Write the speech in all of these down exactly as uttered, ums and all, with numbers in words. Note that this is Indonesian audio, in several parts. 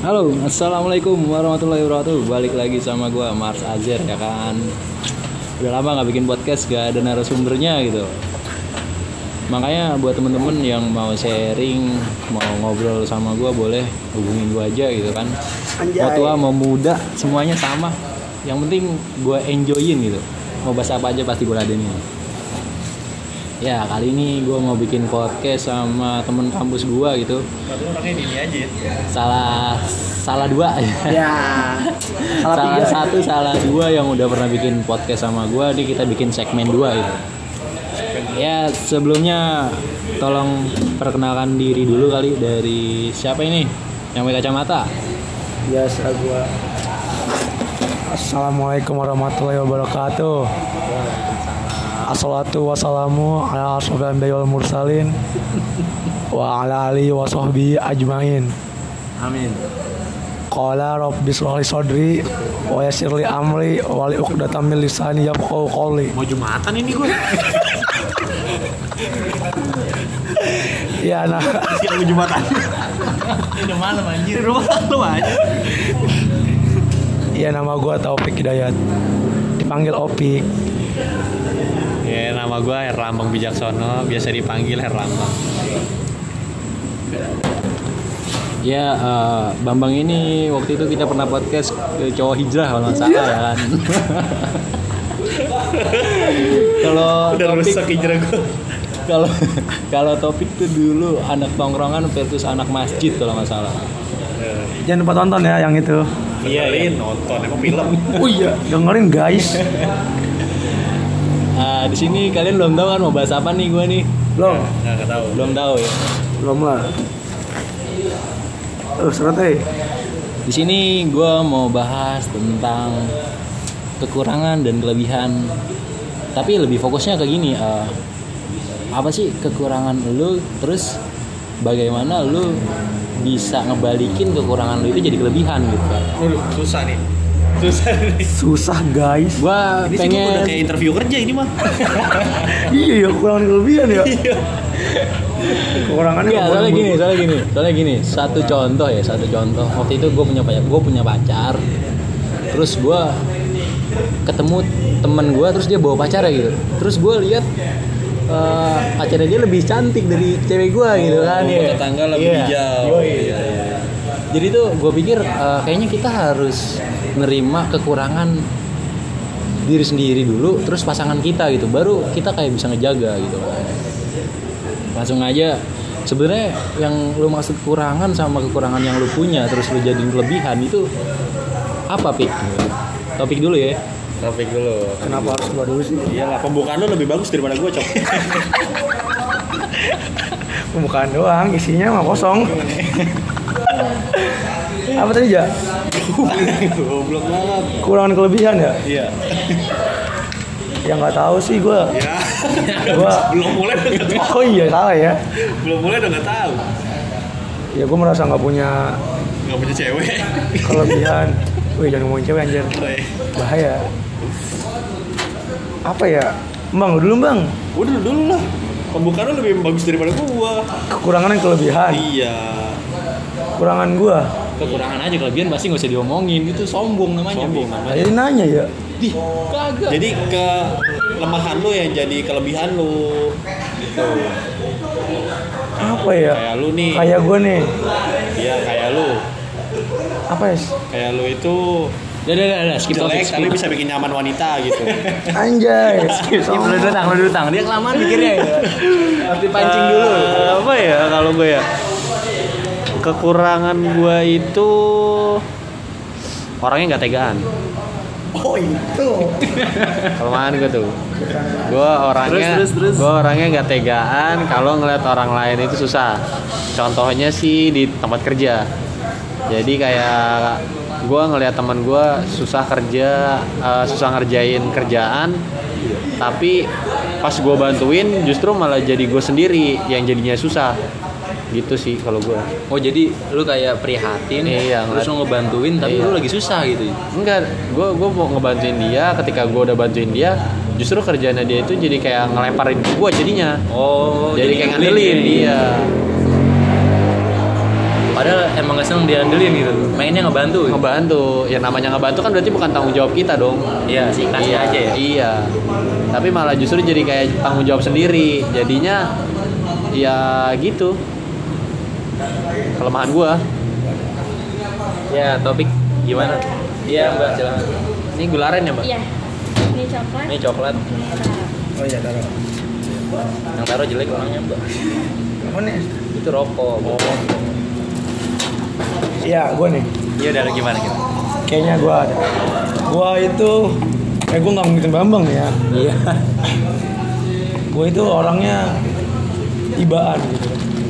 Halo, assalamualaikum warahmatullahi wabarakatuh. Balik lagi sama gue Mars Azir ya kan. Udah lama nggak bikin podcast, gak ada narasumbernya gitu. Makanya buat temen-temen yang mau sharing, mau ngobrol sama gue, boleh hubungin gue aja gitu kan. Mau tua mau muda semuanya sama. Yang penting gue enjoyin gitu. Mau bahas apa aja pasti gue ladenin. Ya kali ini gue mau bikin podcast sama temen kampus gue gitu. Satu orangnya ini aja ya. Salah salah dua Ya. salah, salah satu salah dua yang udah pernah bikin podcast sama gue. Jadi kita bikin segmen dua gitu. Ya sebelumnya tolong perkenalkan diri dulu kali, dari siapa ini yang pakai kacamata? Biasa gue. Assalamualaikum warahmatullahi wabarakatuh. Assalatu wassalamu ala asyrofil anbiya'i wal mursalin wa ala alihi wa sahbihi ajmain. Amin. Qala rabbi shrah li sadri wa yassir li amri wa li uqdatam min lisani yafqahu qawli. Mau jumatan ini gue. Ya nah, siang jumatan. Udah malam anjir, rumah lu aja. ya nama gue Taufik Hidayat, dipanggil Opik. Ya, nama gue Herlambang Bijaksono, biasa dipanggil Herlambang. Ya, uh, Bambang ini waktu itu kita pernah podcast uh, cowok hijrah kalau nggak salah ya kan. Kalau topik hijrah gue. Kalau kalau topik tuh dulu anak tongkrongan versus anak masjid kalau nggak salah. Jangan lupa tonton ya yang itu. Iya, iya nonton emang film. Oh iya, dengerin guys. Uh, di sini kalian belum tahu kan mau bahas apa nih gue nih? Belum, Nggak tahu. Belum tahu ya. belum lah. Oh, seret eh. Di sini gue mau bahas tentang kekurangan dan kelebihan. Tapi lebih fokusnya ke gini, uh, apa sih kekurangan lu, terus bagaimana lu bisa ngebalikin kekurangan lu itu jadi kelebihan gitu kan. Waduh, susah nih. Susah nih. Susah guys. Gua Ini sih pengen udah kayak interview kerja ini mah. Iya ya, kurang kelebihan ya. Kekurangannya Enggak, kekurangan soalnya gini, gua. soalnya gini, soalnya gini. Satu contoh ya, satu contoh. Waktu itu gue punya pacar, gue punya pacar. Terus gue ketemu teman gue, terus dia bawa pacar gitu. Terus gue lihat uh, pacarnya dia lebih cantik dari cewek gue gitu kan ya. Tetangga lebih Iya. hijau. Yoi. Iya, iya. Jadi tuh gue pikir uh, kayaknya kita harus nerima kekurangan diri sendiri dulu, terus pasangan kita gitu, baru kita kayak bisa ngejaga gitu kan. Langsung aja, sebenarnya yang lu maksud kekurangan sama kekurangan yang lu punya terus lu jadiin kelebihan itu apa, Pik? Topik dulu ya. Topik dulu. Kenapa harus gua dulu sih? Iyalah, pembukaan lu lebih bagus daripada gue, Cok. Pembukaan doang, isinya mah kosong. Apa tadi ya? Goblok banget. Kekurangan kelebihan ya? Iya. Ya nggak tahu sih gua. Ya. Gua Belum mulai udah nggak tahu. Oh iya salah ya. Belum mulai udah nggak tahu. Ya gua merasa nggak punya Nggak punya cewek. kelebihan. Wih jangan ngomongin cewek anjir. Bahaya. Apa ya? Bang, dulu bang. Udah dulu lah. Pembukaan lu lebih bagus daripada gua. Kekurangan dan kelebihan. Iya. Kekurangan gua. Kekurangan aja, kelebihan pasti nggak usah diomongin, itu sombong namanya. Sombong, Pik. namanya. Jadi nanya ya. Dih, kagak. Jadi kelemahan lu yang jadi kelebihan lu. Gitu. Apa ya? Kayak lu nih. Kayak gua nih. Iya, kayak lu. Apa ya? Kayak lu itu Udah, udah, udah, udah, skip topik, jelek skip. tapi bisa bikin nyaman wanita gitu. Anjay. Skip, lu dulu tang, lu dulu tang. Dia kelamaan mikirnya ya. Harus dipancing dulu. Uh, apa ya kalau gue ya? Kekurangan gue itu orangnya nggak tegaan. Oh itu. Kelemahan gue tuh. Gue orangnya, Terus, terus, terus. gue orangnya nggak tegaan kalau ngeliat orang lain itu susah. Contohnya sih di tempat kerja. Jadi kayak gue ngeliat teman gue susah kerja, uh, susah ngerjain kerjaan, tapi pas gue bantuin justru malah jadi gue sendiri yang jadinya susah. Gitu sih kalau gue. Oh jadi lu kayak prihatin, Iya, terus lu ngebantuin tapi Iya. lu lagi susah gitu. Enggak, gue gue mau ngebantuin dia. Ketika gue udah bantuin dia, justru kerjaannya dia itu jadi kayak ngelemparin gue jadinya. Oh, jadi kayak ngandelin ngandelin dia. Padahal emang gak seneng diandelin gitu, mainnya ngebantu gitu. Ngebantu, ya namanya ngebantu kan berarti bukan tanggung jawab kita dong. Iya sih, kasih Iya, aja ya. Iya. Tapi malah justru jadi kayak tanggung jawab sendiri. Jadinya ya gitu. Kelemahan gua. Ya, topik gimana? Iya, Mbak, silakan. Ini gularen ya, Mbak? Iya. Ini coklat. Ini coklat. Ini merah. Oh iya, taruh. Yang taruh jelek orangnya, Mbak. Apa nih? Itu rokok. Oh. Iya, gue nih. Iya, udah gimana gitu? Kayaknya gue ada. Gue itu, eh gue nggak ngikutin Bambang ya. Iya. Gue itu orangnya ibaan gitu.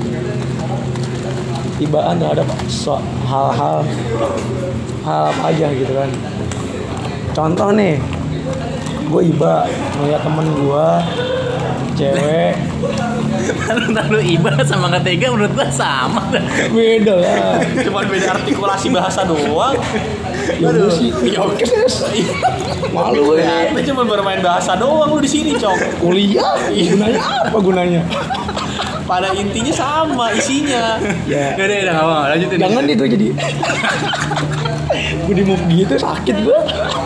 Ibaan terhadap so- hal-hal hal apa aja gitu kan. Contoh nih, gue iba ngeliat temen gue cewek. Lalu iba sama nggak tega menurut gua sama. Beda lah. Cuman beda artikulasi bahasa doang. Ya udah sih. Ya oke ses. Malu ya. Kita cuma bermain bahasa doang lu di sini, Cok. Kuliah gunanya apa gunanya? Pada intinya sama isinya. Ya. Udah, udah, nggak apa-apa, lanjutin. Jangan itu jadi. Gue di move gitu sakit gue.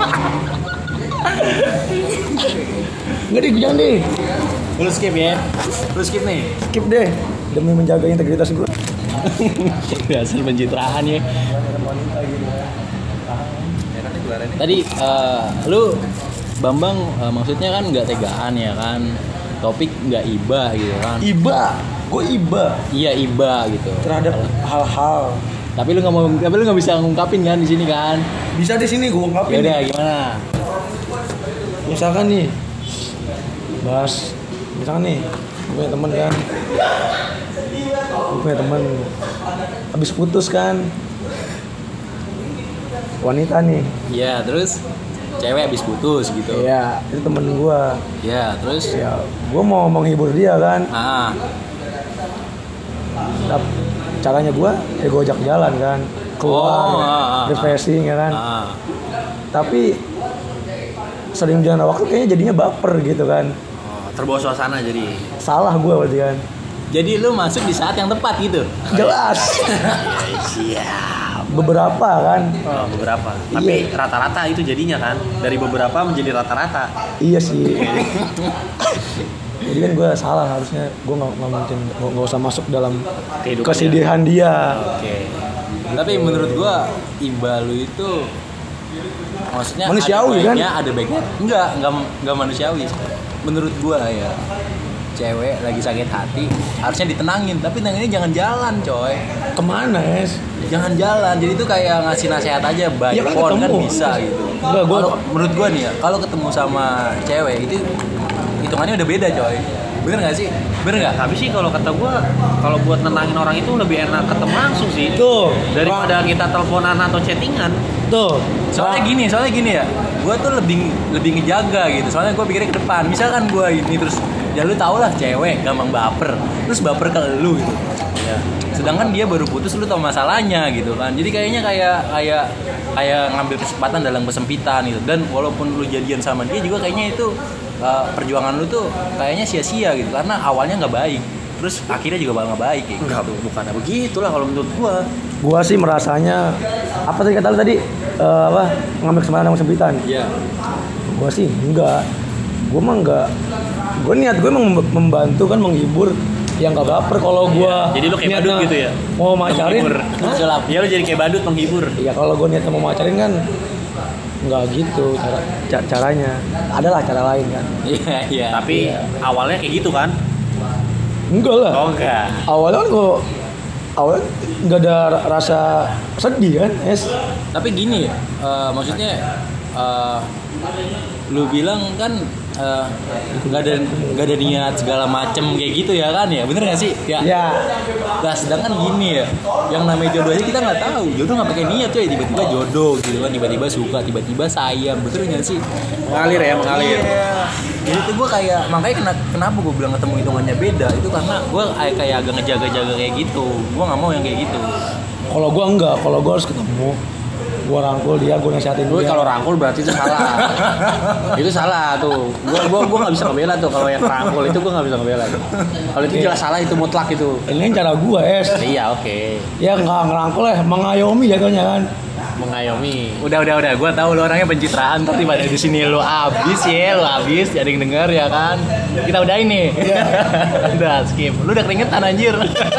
Nggak deh, gue jangan deh. Lu skip ya. Lu skip nih. Skip deh demi menjaga integritas gue. Dasar pencitraan ya. Tadi eh, lu Bambang eh, maksudnya kan nggak tegaan ya kan, topik nggak iba gitu kan. Iba, gue iba Iya iba gitu. terhadap hal-hal. Tapi lu nggak mau, tapi lu nggak bisa ngungkapin kan di sini kan. Bisa di sini gue Ya ungkapin. udah gimana? Misalkan nih, bahas, misalkan nih, gue punya temen kan, gue punya temen, habis putus kan, wanita nih, Iya terus cewek habis putus gitu. ya itu temen gue, Iya terus. ya gue mau menghibur dia kan, Ah. Tap- caranya gue, ya gue ajak jalan kan, keluar, Oh, ah, ah, refreshing ya kan, Ah. tapi sering jalan waktu kayaknya jadinya baper gitu kan, Oh, terbawa suasana jadi. salah gue berarti kan, Jadi lu masuk di saat yang tepat gitu. jelas, Siap. beberapa kan, Oh, beberapa. Iya. Tapi rata-rata itu jadinya kan dari beberapa menjadi rata-rata. iya sih. Jadi kan gue salah, harusnya gue nggak nggak mungkin nggak nggak usah masuk dalam Kehidupan kesedihan dia. Oke. Tapi menurut gua iba lu itu maksudnya Manusiawi, ada kan? baiknya, ada baiknya. Enggak, enggak enggak manusiawi. Menurut gua ya. Cewek lagi sakit hati harusnya ditenangin, tapi tenanginnya jangan jalan, coy. Kemana es? Jangan jalan. Jadi itu kayak ngasih nasihat aja by Ya kan phone kan ketemu. bisa gitu. Enggak, gua- Kalau menurut gua nih ya, kalau ketemu sama cewek itu hitungannya udah beda, coy. Bener gak sih? Bener gak? Tapi sih kalau kata gue, kalau buat nenangin orang itu lebih enak ketemu langsung sih. Tuh, Daripada kita teleponan atau chattingan. tuh. Soalnya gini, soalnya gini ya, gue tuh lebih lebih ngejaga gitu. Soalnya gue pikirnya ke depan. Misalkan gue ini terus, ya lu tau lah cewek gampang baper, terus baper ke lu gitu. Ya. Sedangkan dia baru putus, lu tau masalahnya gitu kan. Jadi kayaknya kayak kayak kayak ngambil kesempatan dalam kesempitan gitu. Dan walaupun lu jadian sama dia juga kayaknya itu uh, perjuangan lu tuh kayaknya sia-sia gitu. Karena awalnya nggak baik, terus akhirnya juga bakal nggak baik kayak Enggak, gitu. bukannya begitulah kalau menurut gue. Gua sih merasanya apa tadi kata lu tadi? Eh, apa? Ngambil kesempatan sama kesempitan. Iya. Gua sih enggak. Gua mah enggak. Gua niat gue emang mem- membantu kan, menghibur yang nggak baper. Kalau gua Jadi lu kayak niatnya badut gitu ya? mau macarin, Menghibur. Sulap. Ya lu jadi kayak badut menghibur. ya kalau gue niatnya mau macarin kan nggak gitu cara ca- caranya. Adalah cara lain kan. Iya iya. Tapi awalnya kayak gitu kan? Enggak lah. Oh enggak. Awalnya kan kok awalnya nggak ada ra- rasa sedih kan, es. Tapi gini, eh, maksudnya eh, lu bilang kan eh, nggak ada nggak ada niat segala macem kayak gitu ya kan ya, bener nggak sih? Ya. Ya, Nah, sedangkan gini ya, yang namanya jodoh aja kita nggak tahu. Jodoh nggak pakai niat coy, tiba-tiba jodoh gitu kan, tiba-tiba suka, tiba-tiba sayang, betul nggak sih? Mengalir ya, mengalir. Iya. Jadi tuh gue kayak makanya kena- kenapa gue bilang ketemu hitungannya beda itu karena gue kayak kayak agak ngejaga-jaga kayak gitu. Gue nggak mau yang kayak gitu. kalau gue enggak, kalau gue harus ketemu, Gua rangkul dia, gua nasihatin Gue dia. kalau rangkul berarti itu salah. Itu salah tuh. Gue gue gue nggak bisa ngebela tuh kalau yang rangkul itu gue nggak bisa ngebela. Kalau itu jelas salah, itu mutlak itu. Ini cara gua, es. Iya oke. Ya nggak ngerangkul ya, mengayomi jatuhnya kan. Mengayomi. Udah udah udah, gue tahu lu orangnya pencitraan, tapi pada di sini lu abis ya, lu abis, jadi yang denger ya kan. Kita udah ini. Udah skip. Lu udah keringetan anjir.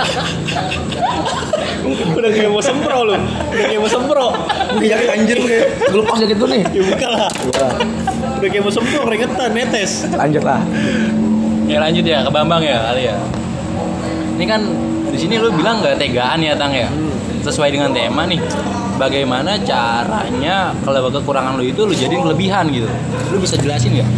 Udah kayak mau sempro lu. Udah kayak mau sempro. Udah jaket anjir gue. Gue lepas jaket gue nih. Ya buka lah. Udah kayak mau sempro, keringetan, netes. Lanjut lah. Ya lanjut ya ke Bambang ya kali ya. Ini kan di sini lu bilang nggak tegaan ya Tang ya. Sesuai dengan tema nih. Bagaimana caranya kalau kekurangan lu itu lu jadiin kelebihan gitu. Lu bisa jelasin nggak?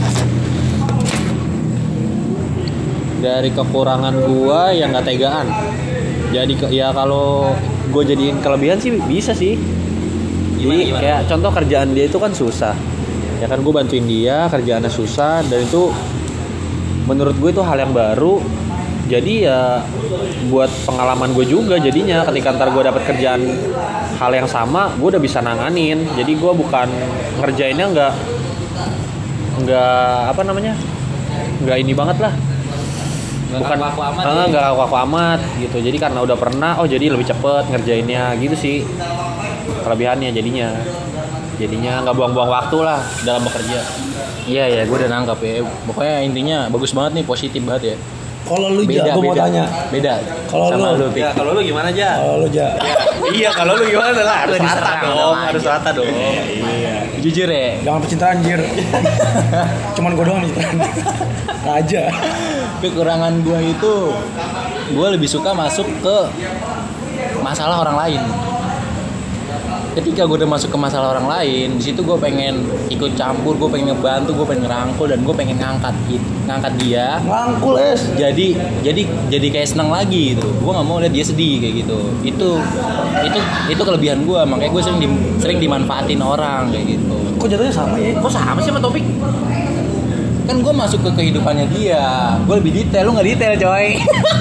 Dari kekurangan gua yang nggak tegaan. Jadi ke- ya kalau gue jadiin kelebihan sih bisa sih. Jadi Gimana, gimana? kayak contoh kerjaan dia itu kan susah. Ya kan gue bantuin dia, kerjaannya susah dan itu menurut gue itu hal yang baru. Jadi ya buat pengalaman gue juga jadinya ketika ntar gue dapat kerjaan hal yang sama, gue udah bisa nanganin. Jadi gue bukan ngerjainnya nggak nggak apa namanya nggak ini banget lah. Nggak Bukan kaku-kaku amat ah, ya? nggak kaku-kaku amat gitu. Jadi karena udah pernah, oh jadi lebih cepet ngerjainnya gitu sih kelebihannya jadinya. Jadinya nggak buang-buang waktu lah dalam bekerja. Iya ya, gue udah nangkap ya. Pokoknya intinya bagus banget nih, positif banget ya. Kalau lu ja, gue mau beda. tanya. Beda. Kalau sama lu, lu, Pik. Ya kalau lu gimana aja? Kalau lu ja, Iya kalau lu gimana lah harus Lu rata diserang dong, sama harus aja. rata dong. Iya. Jujur ya. jangan pencitraan anjir. Cuman gue doang pencitraan. Raja. Kekurangan gue itu, gue lebih suka masuk ke masalah orang lain. Ketika gue udah masuk ke masalah orang lain, di situ gue pengen ikut campur, gue pengen ngebantu, gue pengen ngerangkul, dan gue pengen ngangkat ngangkat dia. Ngangkul es. Jadi jadi jadi kayak seneng lagi gitu. Gue nggak mau lihat dia sedih kayak gitu. Itu itu itu kelebihan gue, makanya gue sering di, sering dimanfaatin orang kayak gitu. Kok jatuhnya sama ya? Kok sama sih sama topik? Kan gue masuk ke kehidupannya dia, gue lebih detail, lu nggak detail coy.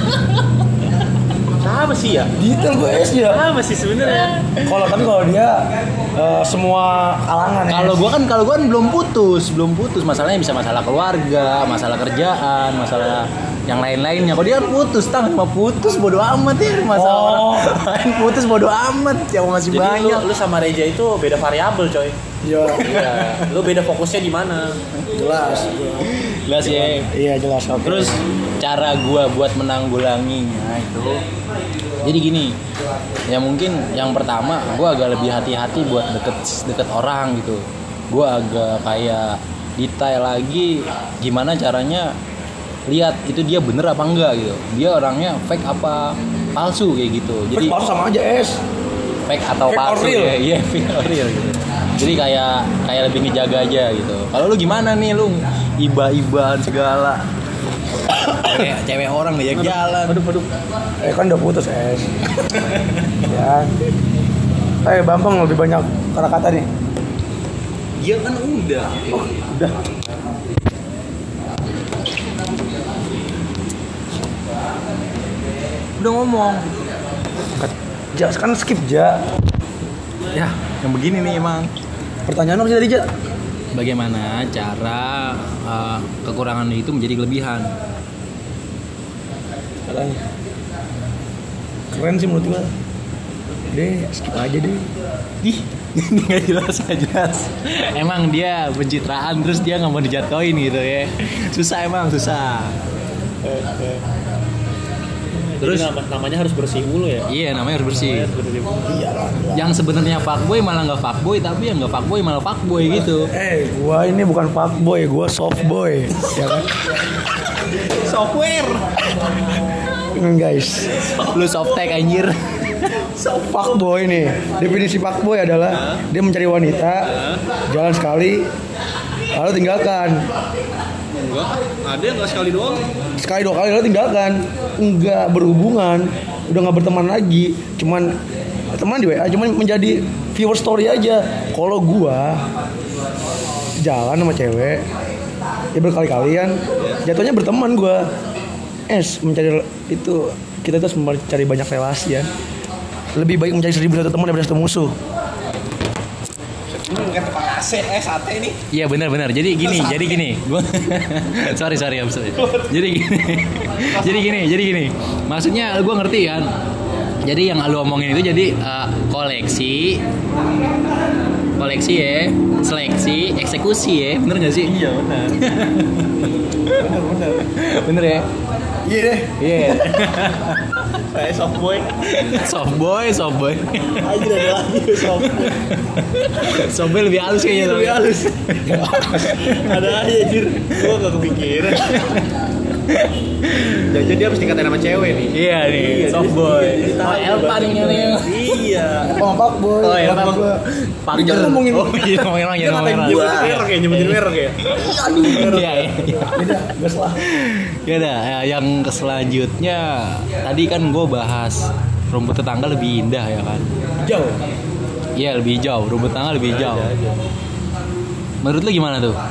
Sama sih ya. Detail gue es ya. Sama sih sebenarnya. Kalau tapi kalau dia eh, semua kalangan ya. Kalau gue kan kalau gue kan belum putus, belum putus. Masalahnya bisa masalah keluarga, masalah kerjaan, masalah yang lain-lainnya. Kalau dia kan putus, tang mau putus bodo amat ya masalah. Oh. Lain putus bodo amat, yang masih Jadi banyak. lu, lu sama Reja itu beda variabel coy. Iya. Iya. Lu beda fokusnya di mana? Jelas. Jelas ya. Iya jelas. Oke. Terus cara gue buat menanggulanginya itu, jadi gini, ya mungkin yang pertama gue agak lebih hati-hati buat deket deket orang gitu. Gue agak kayak detail lagi gimana caranya lihat itu dia bener apa enggak gitu. Dia orangnya fake apa palsu kayak gitu. Jadi Fake palsu sama aja es. fake atau Fake or palsu real? ya, iya fake or real gitu. Jadi kayak kayak lebih ngejaga aja gitu. Kalau lu gimana nih, lu iba-ibaan segala, cewek, cewek orang diajak jalan. Aduh, aduh. Eh kan udah putus es. Ya. Eh Bambang lebih banyak kata-kata nih. Iya kan udah. Oh, udah. Udah ngomong. Ja, kan skip ja. Ya, yang begini nih emang. Pertanyaan apa sih tadi ja? Bagaimana cara uh, kekurangan itu menjadi kelebihan? Katanya. Keren sih menurut gua. Deh, skip aja deh. Ih, ini nggak jelas nggak jelas. Emang dia pencitraan terus dia nggak mau dijatuhin gitu ya. Susah emang susah. Terus namanya harus bersih mulu ya. Iya, namanya harus bersih. Iya lah. Yang sebenarnya fuckboy malah nggak fuckboy, tapi yang nggak fuckboy malah fuckboy gitu. Eh, gua ini bukan fuckboy, gua softboy, ya kan? Software. Guys, Lu softtek anjir. fuckboy nih. Definisi fuckboy adalah dia mencari wanita, jalan sekali, lalu tinggalkan. Enggak, ada enggak sekali doang. Sekali dua kali lalu tinggalkan. Enggak berhubungan, udah nggak berteman lagi, cuman teman di W A, cuman menjadi viewer story aja. Kalau gua jalan sama cewek, ya berkali-kali kan, jatuhnya berteman gua. Es mencari itu, kita terus mencari banyak relasi ya. Lebih baik mencari seribu satu teman daripada satu musuh. Ini bukan tukang A C, eh sate nih. Iya benar-benar. Jadi gini, jadi gini. Gua sorry sorry I'm sorry. Jadi gini. jadi gini, jadi gini. Maksudnya gue ngerti kan. Jadi yang lu omongin itu jadi uh, koleksi, koleksi ya, seleksi, eksekusi ya, bener nggak sih? Iya benar. benar benar. Bener ya? Iya deh. Iya. Kayak soft boy. Soft boy, soft boy. Aja ada lagi soft boy. Soft boy lebih halus kayaknya. Lebih halus. Ada aja jir. Gua gak kepikiran. Jadi dia harus dikatain sama cewek nih. Iya nih, soft boy. Oh, Elpa nih nih. Iya. Oh, Pak Boy. Oh, Elpa. Pak jangan ngomongin. Oh, iya ngomongin orang, jangan ngomongin orang. Nyebutin merek ya, nyebutin merek ya. Aduh, iya, iya. Beda, gas lah. Ya udah, ya, yang selanjutnya tadi kan gue bahas rumput tetangga lebih indah ya kan. Jauh. Iya lebih jauh, rumput tetangga lebih jauh. Menurut lu gimana tuh?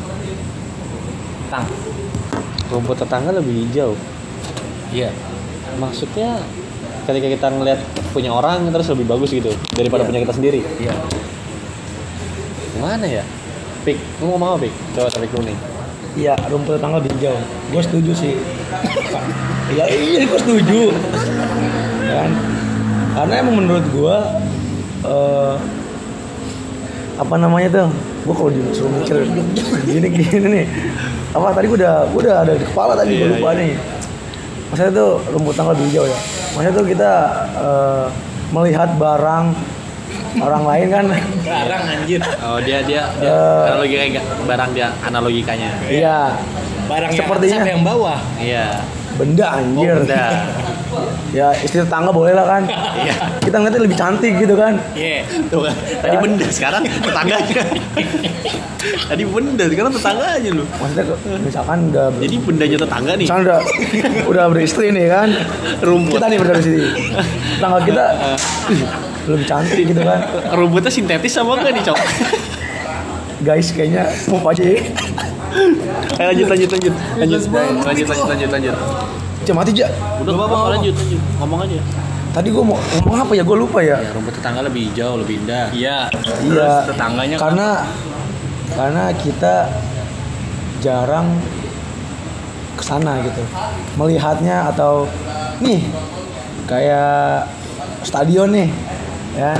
Tang. Rumput tetangga lebih hijau. Iya. Maksudnya ketika kita ngeliat punya orang terus lebih bagus gitu daripada Iya. punya kita sendiri. Iya. Gimana ya? Pik, lu mau mau Pik? Coba tarik lu nih. Iya, rumput tetangga lebih jauh. Gue setuju sih. Iya, iya, gue setuju. Kan? Karena emang menurut gue, uh, apa namanya tuh? Gue kalau disuruh mikir gini gini nih. Apa tadi gue udah, gue udah ada di kepala tadi, gue lupa nih. Maksudnya tuh rumput tetangga lebih jauh ya. Maksudnya tuh kita uh, melihat barang orang lain kan. Barang anjir. Oh dia dia, dia Eh. analogi kayak barang dia analogikanya. Iya. Barang yang Sepertinya. atas apa yang bawah? Iya. Benda anjir. Oh, benda. Ya istri tetangga boleh lah kan. Iya. Kita ngeliatnya lebih cantik gitu kan. Iya. Tuh kan. Tadi benda sekarang tetangganya. Tadi benda sekarang tetangganya lu. Maksudnya misalkan udah Jadi bendanya tetangga nih. misalkan udah udah beristri nih kan. Rumput. Kita nih berdua di sini. Tetangga kita ih, lebih cantik gitu kan. Rumputnya sintetis sama enggak nih, Cok? Guys kayaknya mau aja ya. Ayo lanjut lanjut lanjut. Lanjut. Lanjut lanjut lanjut lanjut. Cek mati aja. Udah apa-apa lanjut lanjut. Ngomong aja. Tadi gue mau ngomong apa ya, gue lupa ya. Ya, rumput tetangga lebih hijau, lebih indah. Iya. Iya. Tetangganya Karena karena kita jarang kesana gitu, melihatnya atau nih kayak stadion nih, ya.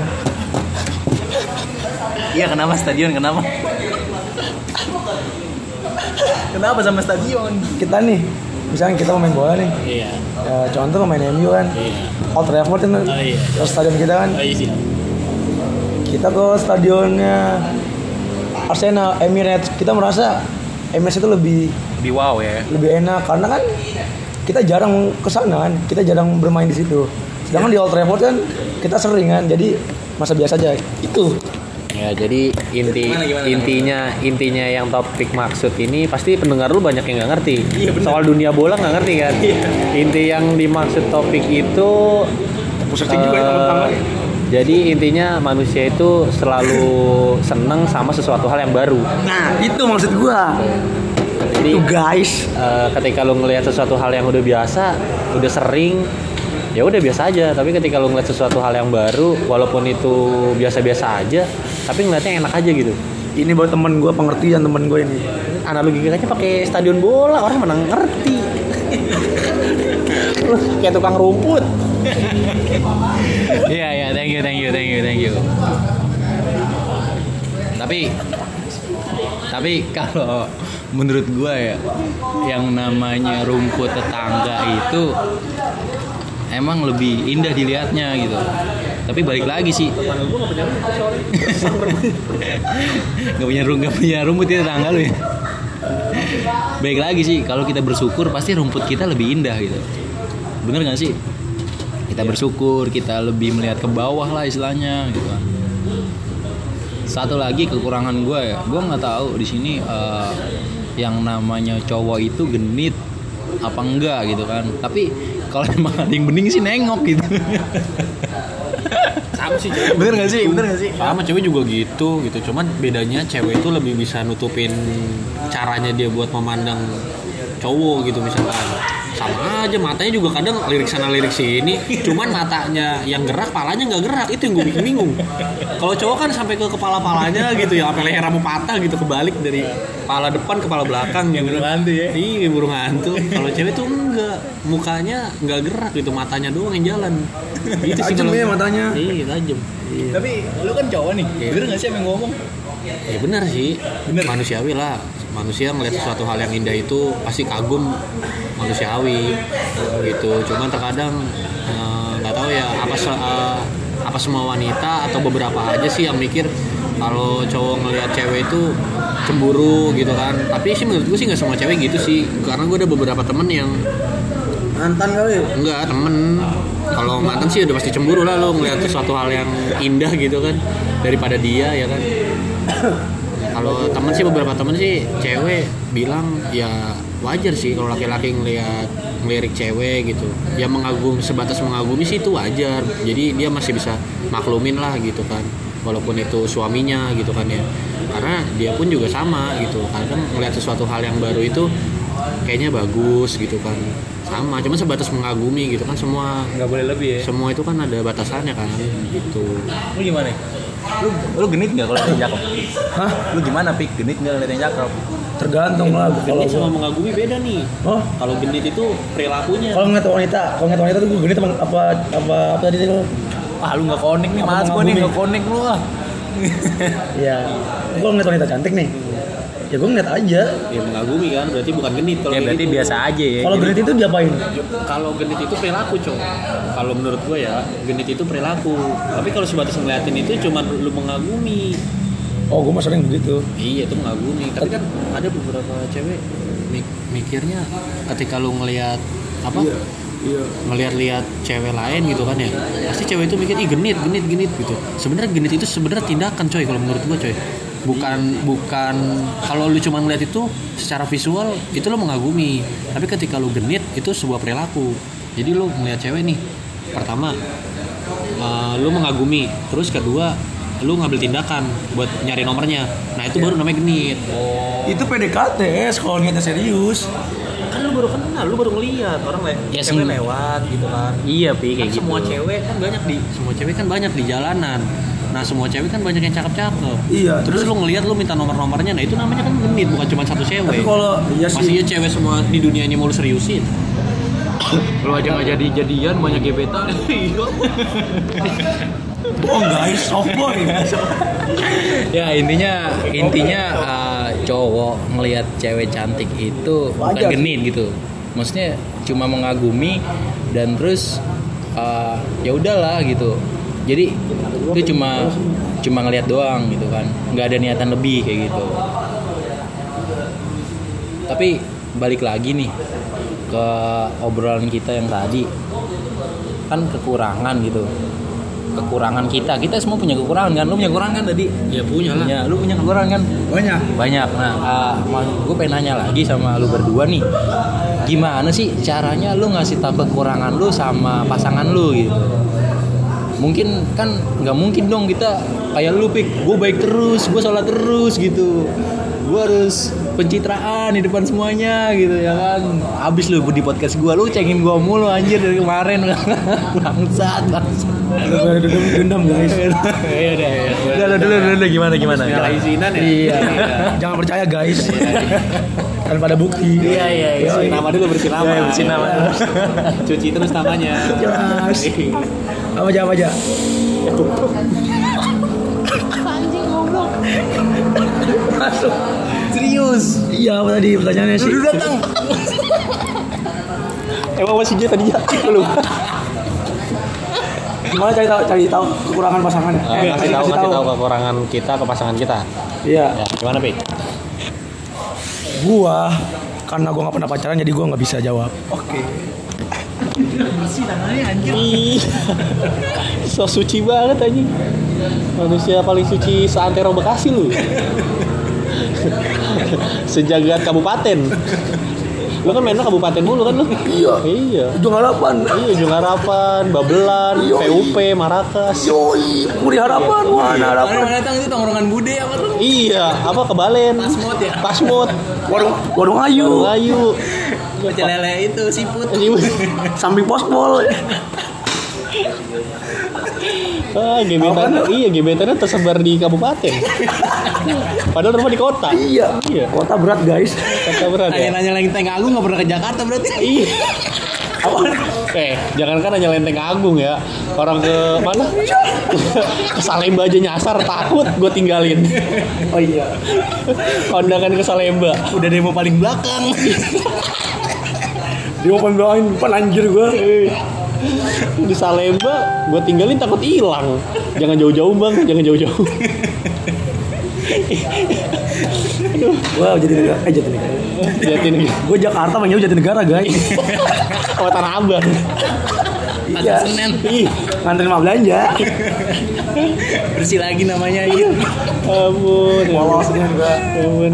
Iya kenapa stadion kenapa? Kenapa sama stadion? Kita nih, misalnya kita mau main bola nih, Iya. ya, contoh main M U kan, Iya. Old Trafford kan, Oh, iya. terus stadion kita kan, Oh, iya sih. kita ke stadionnya Arsenal, Emirates, kita merasa Emirates itu lebih Lebih wow ya. lebih enak karena kan kita jarang kesana kan, kita jarang bermain di situ. Sedangkan di Old Trafford kan kita sering kan, jadi masa biasa aja itu. Ya, jadi inti Gimana, gimana, intinya intinya yang topik maksud ini pasti pendengar lu banyak yang nggak ngerti. Iya, bener. Soal dunia bola nggak ngerti kan. Inti yang dimaksud topik itu Pusing juga ya, eh, teman-teman. jadi intinya manusia itu selalu seneng sama sesuatu hal yang baru. Nah, itu maksud gua. Jadi Itu guys. eh, ketika lu ngelihat sesuatu hal yang udah biasa, udah sering, ya udah biasa aja. Tapi ketika lu ngeliat sesuatu hal yang baru, walaupun itu biasa-biasa aja, tapi ngeliatnya enak aja gitu. Ini buat temen gua, pengertian temen gua ini. Analogikanya pakai stadion bola, orang mana ngerti. Lu kayak tukang rumput. Iya iya thank you thank you thank you thank you. Tapi tapi kalau menurut gua ya yang namanya rumput tetangga itu emang lebih indah dilihatnya gitu. Tapi balik lagi sih. Tetangga gua nggak punya rumput, sorry. Gak punya rumput, gak punya rumput itu tetangga lu ya. Baik lagi sih, kalau kita bersyukur pasti rumput kita lebih indah gitu. Bener gak sih? Kita bersyukur, kita lebih melihat ke bawah lah istilahnya gitu kan. Satu lagi kekurangan gue ya, gue nggak tahu di sini uh, yang namanya cowok itu genit apa enggak gitu kan. Tapi kalau emang ada yang bening sih nengok gitu. Sama sih cewek. Bener gak sih? Bener gak sih? Sama cewek juga gitu gitu. Cuman bedanya cewek itu lebih bisa nutupin caranya dia buat memandang cowok gitu misalkan, sama aja matanya juga kadang lirik sana lirik sini, cuman matanya yang gerak, palanya nggak gerak, itu yang gue bikin bingung. Kalau cowok kan sampai ke kepala palanya gitu ya, sampai leher mau patah gitu, kebalik dari kepala depan ke kepala belakang. Yang burung hantu ya? Iya burung hantu. Kalau cewek tuh enggak, mukanya nggak gerak gitu, matanya doang yang jalan. Gitu sih Tajam kalau ya matanya. Iya tajam. Iya. Tapi lu kan cowok nih, bener nggak sih yang ngomong? Ya benar sih, bener. Manusiawi lah. Manusia melihat sesuatu hal yang indah itu pasti kagum, manusiawi gitu. Cuman terkadang nggak uh, tahu ya apa uh, apa semua wanita atau beberapa aja sih yang mikir kalau cowok ngelihat cewek itu cemburu gitu kan. Tapi sih menurut gue sih nggak semua cewek gitu sih, karena gue ada beberapa temen yang Mantan kali. enggak temen. Kalau mantan sih udah pasti cemburu lah lo ngelihat sesuatu hal yang indah gitu kan daripada dia ya kan. Kalau temen sih beberapa temen sih cewek bilang ya wajar sih kalau laki-laki ngelihat ngelirik cewek gitu. Ya mengagum sebatas mengagumi sih itu wajar. Jadi dia masih bisa maklumin lah gitu kan. Walaupun itu suaminya gitu kan ya. Karena dia pun juga sama gitu. Kadang ngelihat sesuatu hal yang baru itu kayaknya bagus gitu kan. Sama, cuma sebatas mengagumi gitu kan, semua Nggak boleh lebih ya? semua itu kan ada batasannya kan gitu. Lu gimana? Lu lu genit nggak kalau lihat yang cakep? Hah? Lu gimana pik? Genit nggak lihat yang cakep? Tergantung lah. Kalau Genit sama gua- mengagumi beda nih. Oh, Kalau genit itu perilakunya. kalau ngeliat wanita, kalau ngeliat wanita tuh gue genit apa apa apa, apa tadi tuh? Ah lu nggak konek nih, Apa mas gua nih mengagumi? nggak konek lu ah. Iya. Gue ngeliat wanita cantik nih. Ya gue ngeliat aja. Ya mengagumi kan, berarti bukan genit kalau Ya kayak berarti gitu. biasa aja ya. Kalau Jadi- genit itu diapain? Kalau genit itu perilaku, Cok. Kalau menurut gue ya, genit itu perilaku. Tapi kalau sebatas ngeliatin itu cuma lu mengagumi. Oh, gue mah sering begitu. Iya, itu mengagumi. Tapi kan ada beberapa cewek mik- mikirnya ketika lu ngelihat apa? Iya. Ngelihat-lihat cewek lain gitu kan ya. Pasti cewek itu mikir ih genit, genit, genit gitu. Sebenarnya genit itu sebenarnya tindakan, coy, kalau menurut gue, coy. Bukan bukan kalau lu cuma ngeliat itu secara visual itu lu mengagumi. Tapi ketika lu genit itu sebuah perilaku. Jadi lu ngeliat cewek nih, pertama uh, lu mengagumi, terus kedua lu ngambil tindakan buat nyari nomornya. Nah, itu baru namanya genit. Itu P D K T kalau niatnya serius. Kan lu baru kenal, lu baru ngeliat orang le- Ya, cewek sem- lewat gitu kan. Iya pi Kan kayak gitu. semua cewek kan banyak di semua cewek kan banyak di jalanan. Nah, semua cewek kan banyak yang cakep-cakep. Iya, Terus lu ngelihat lu minta nomor-nomornya. Nah, itu namanya kan genit, bukan cuma satu cewek. Tapi kalau iya sih. Masih ya cewek semua di dunia ini mau lu seriusin. Lu aja nggak jadi jadian banyak gebetan. Iya. Oh guys, soft boy. Ya intinya intinya uh, cowok ngelihat cewek cantik itu bukan Wajar. genit gitu. Maksudnya cuma mengagumi dan terus uh, ya udahlah gitu. Jadi itu cuma cuma ngelihat doang gitu kan. Nggak ada niatan lebih kayak gitu. Tapi balik lagi nih ke obrolan kita yang tadi. Kan kekurangan gitu. Kekurangan kita, kita semua punya kekurangan kan. Lu punya kekurangan kan tadi? Ya punya lah. Punya, lu punya kekurangan kan? Banyak. Banyak. Nah, uh, gue pengen nanya lagi sama lu berdua nih. Gimana sih caranya lu ngasih tahu kekurangan lu sama pasangan lu gitu? Mungkin kan nggak mungkin dong kita kayak lu pik, gue baik terus, gue sholat terus gitu. Gue harus pencitraan di depan semuanya gitu ya kan. Abis lu di podcast gue, lu cengin gue mulu anjir dari kemarin. Bangsat, bangsat. Udah dendam, dendam guys. Ya udah, ya. Udah udah dulu dulu gimana gimana? Segala isinan ya. Iya. Jangan percaya guys. Tanpa ada bukti. Iya, iya, iya. Bersih nama dulu, bersih nama. Iya, bersih nama. Cuci terus namanya. Jelas. Apa aja apa aja. Masuk. Serius. Iya, apa tadi pertanyaannya sih? Dulu datang. Emang masih dia tadi ya? Belum. Gimana cari tahu cari tahu kekurangan pasangan? Eh, kasih tahu kasih tahu kekurangan kita ke pasangan kita. Iya. Ya, gimana pi? Gua karena gua nggak pernah pacaran jadi gua nggak bisa jawab. Ih, so suci banget anjing. Manusia paling suci seantero Bekasi lu. Sejagat kabupaten. Lu kan mainnya kabupaten mulu kan lu? Iya. Iya. Ujung harapan. Iya, Ujung Harapan, Babelan, Yoi. P U P, Marakas. Yoi, Puri harapan. Mana harapan? Mana datang itu tongkrongan bude apa tuh? Iya, apa kebalen? Pasmod ya? Pasmod. Warung warung ayu. Warung Ayu. Pecel lele itu siput. Samping pospol. Ah, gebetan, iya gebetannya tersebar di kabupaten. Padahal rumah di kota. Iya. Iya. Kota berat guys. Kota berat ya. Nanya-nanya Lenteng Agung nggak pernah ke Jakarta berarti. Iya. Eh, jangan kan hanya Lenteng Agung ya. Orang ke mana? Ke Salemba aja nyasar, takut gue tinggalin. Oh iya. Kondangan ke Salemba. Udah demo paling belakang. Dia mau pengen depan anjir gue. Di Salemba gue tinggalin takut hilang. Jangan jauh-jauh bang, jangan jauh-jauh. Wow, jadi negara, eh jadi negara. Jatin Gue Jakarta panggil jadi negara guys. oh Tanah Abang. Iya. Senen. Ih, Nganterin mah belanja. Bersih lagi namanya gitu. ampun. Polos dengan gue. Ampun.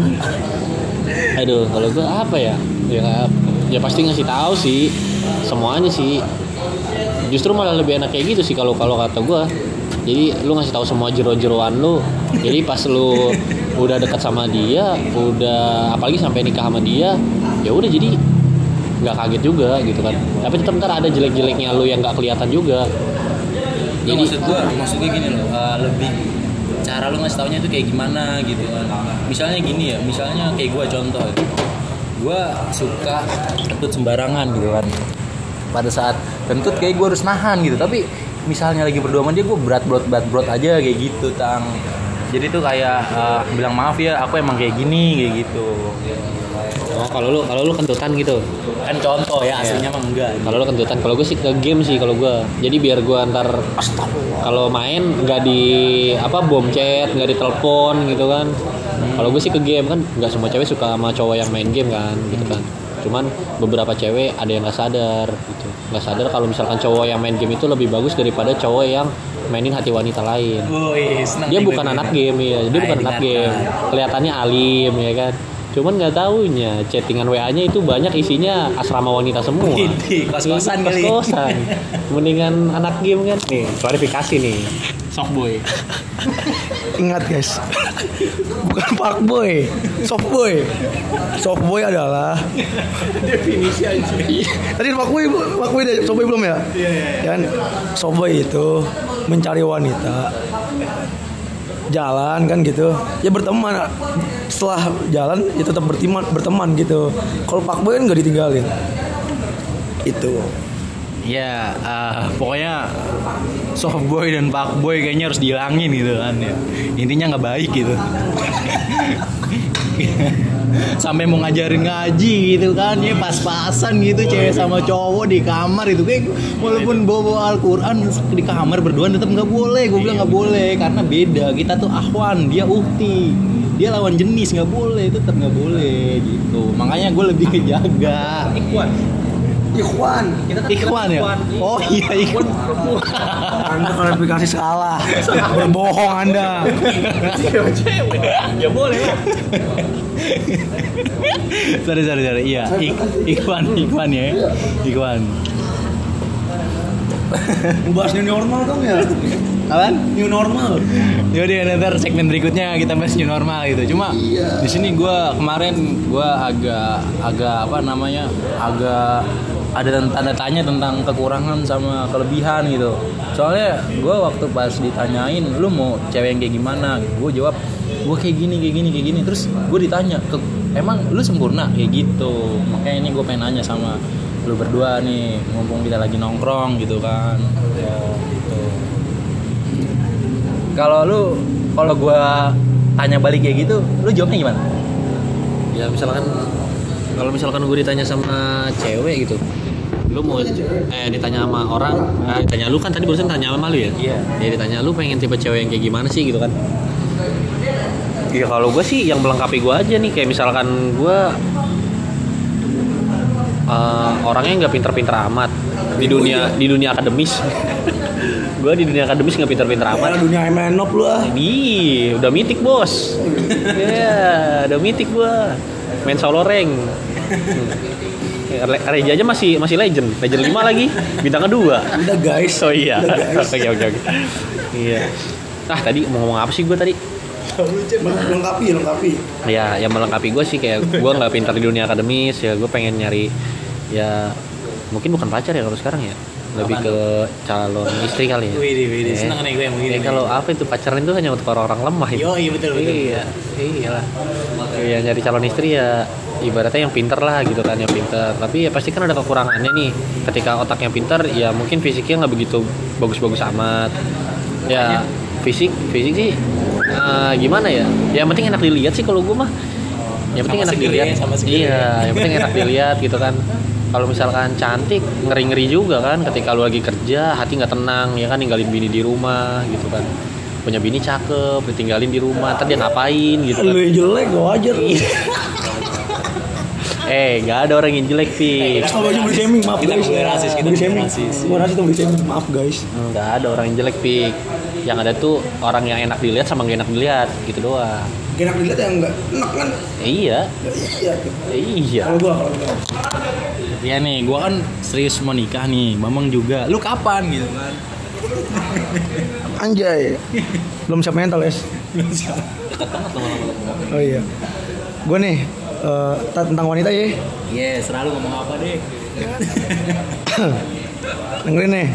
Aduh, kalau gue apa ya? Ya, ya pasti ngasih tahu sih. Semuanya sih. Justru malah lebih enak kayak gitu sih kalau kalau kata gue. Jadi lu ngasih tahu semua jero-jeroan lu. Jadi pas lu udah dekat sama dia, udah apalagi sampai nikah sama dia, ya udah jadi nggak kaget juga gitu kan. Tapi tetap ntar ada jelek-jeleknya lu yang nggak kelihatan juga. Jadi maksud gue, maksud gue gini loh, uh, lebih cara lu ngasih taunya itu kayak gimana gitu kan. Misalnya gini ya, misalnya kayak gue contoh, gue suka kentut sembarangan gitu kan. Pada saat kentut kayak gue harus nahan gitu, tapi misalnya lagi berdua sama dia gue berat berat berat berat aja kayak gitu tang. Jadi tuh kayak uh, bilang maaf ya, aku emang kayak gini kayak gitu. Oh, kalau lu kalau lu kentutan gitu. Kan contoh ya, aslinya mah enggak. Kalau lu kentutan, kalau gue sih ke game sih kalau gue. Jadi biar gue antar kalau main nggak di apa bom chat, nggak ditelepon gitu kan. Hmm. Kalau gue sih ke game kan, nggak semua cewek suka sama cowok yang main game kan, gitu kan. Cuman beberapa cewek ada yang nggak sadar gitu, nggak sadar kalau misalkan cowok yang main game itu lebih bagus daripada cowok yang mainin hati wanita lain. Oh, iya, Dia bukan anak game ya, dia bukan anak game. Kelihatannya alim ya kan. Cuman nggak taunya chattingan W A-nya itu banyak isinya asrama wanita semua. Kos-kosan kali. Kos-kosan. Mendingan anak game kan. Nih, klarifikasi nih. Softboy. Ingat guys, bukan fuckboy, softboy. Softboy adalah Definisi aja. tadi fuckboy, fuckboy deh, softboy belum ya? Iya, iya. Dan softboy itu mencari wanita, jalan kan gitu, ya berteman. Setelah jalan ya tetap berteman, berteman gitu. Kalau fuckboy kan nggak ditinggalin. Itu. Ya, uh, pokoknya softboy dan fuckboy kayaknya harus dihilangin gitu kan ya. Intinya nggak baik gitu. Sampai mau ngajarin ngaji gitu kan, ya pas-pasan gitu cewek sama cowok di kamar itu kayak walaupun bawa Al-Quran di kamar berduaan tetap nggak boleh. Gue bilang nggak boleh karena beda. Kita tuh ahwan, dia ukti, dia lawan jenis, nggak boleh, tetap nggak boleh gitu. Makanya gue lebih kejaga. Ikhwan. Ikhwan. Ikhwan ya? Oh iya Ikhwan. Anda klarifikasi salah. Berbohong Anda. Cewek. Ya boleh lah. sorry sorry sorry. Iya. Ik Ikhwan Ikhwan ya. Ikhwan. Bahas new normal dong ya. Apaan? New normal. Yaudah nanti segmen berikutnya kita bahas new normal gitu. Cuma iya. Di sini gue kemarin gue agak agak apa namanya agak ada tanda tanya tentang kekurangan sama kelebihan gitu. Soalnya gue waktu pas ditanyain lu mau cewek yang kayak gimana, gue jawab gue kayak gini kayak gini kayak gini. Terus gue ditanya ke, emang lu sempurna kayak gitu. Makanya ini gue pengen nanya sama lu berdua nih, mumpung kita lagi nongkrong gitu kan. Ya, gitu. Kalau lu, kalau gue tanya balik kayak gitu, lu jawabnya gimana? Ya misalkan kalau misalkan gue ditanya sama cewek gitu, lu mau eh ditanya sama orang, eh, ditanya lu kan tadi barusan tanya sama lu ya? Iya. Ya ditanya lu pengen tipe cewek yang kayak gimana sih gitu kan? Ya kalau gue sih yang melengkapi gue aja nih, kayak misalkan gue uh, orangnya nggak pinter-pinter amat di dunia di dunia akademis. Gue di dunia akademis nggak pinter-pinter amat. Dunia M N O lu ah. Di udah mitik bos. Ya yeah, udah mitik gue. Main solo rank. Reja aja masih masih legend, legend lima lagi, bintang kedua. Udah guys. Oh iya. Oke oke oke. Iya. Ah tadi mau ngomong apa sih gue tadi? Melengkapi, melengkapi. Ya, yang melengkapi gue sih kayak gue nggak pintar di dunia akademis ya, gue pengen nyari ya mungkin bukan pacar ya kalau sekarang ya, lebih ke calon istri kali ya. Widih, widih, Eh, seneng nih gue yang begini. eh, kalau apa itu pacaran itu hanya untuk orang-orang lemah itu. Yo, iya betul betul. Iya, iyalah. Ya nyari calon istri ya ibaratnya yang pinter lah gitu kan, yang pinter. Tapi ya pasti kan ada kekurangannya nih. Ketika otaknya pinter, ya mungkin fisiknya nggak begitu bagus-bagus amat. Ya fisik, fisik sih eh, gimana ya? Yang penting enak dilihat sih kalau gue mah. Yang penting Sama enak segini dilihat. ya, sama segini Iya, ya. yang penting enak dilihat gitu kan. Kalau misalkan cantik, ngeri-ngeri juga kan. Ketika lu lagi kerja, hati nggak tenang, ya kan, ninggalin bini di rumah gitu kan. Punya bini cakep, ditinggalin di rumah, ntar dia ngapain gitu kan. Lu yang jelek gak wajar. Eh, nggak ada orang yang jelek sih. Sama aja body shaming, maaf Kita guys. boleh rasis, kita Body boleh shaming. rasis. Gua rasis tuh body shaming, maaf guys. Nggak ada orang yang jelek pik. Yang ada tuh orang yang enak dilihat sama nggak enak dilihat gitu doang. Enak dilihat yang enggak enak kan? Eh, iya, Iya. eh, iya. Kalau gua kalau gua. Iya nih, gue kan serius mau nikah nih, Bambang juga. Lu kapan gitu kan? Anjay. Belum siap mental, es. Oh iya. Gua nih eh, tentang wanita ya. Yes, selalu ngomong apa deh? Dengerin nih.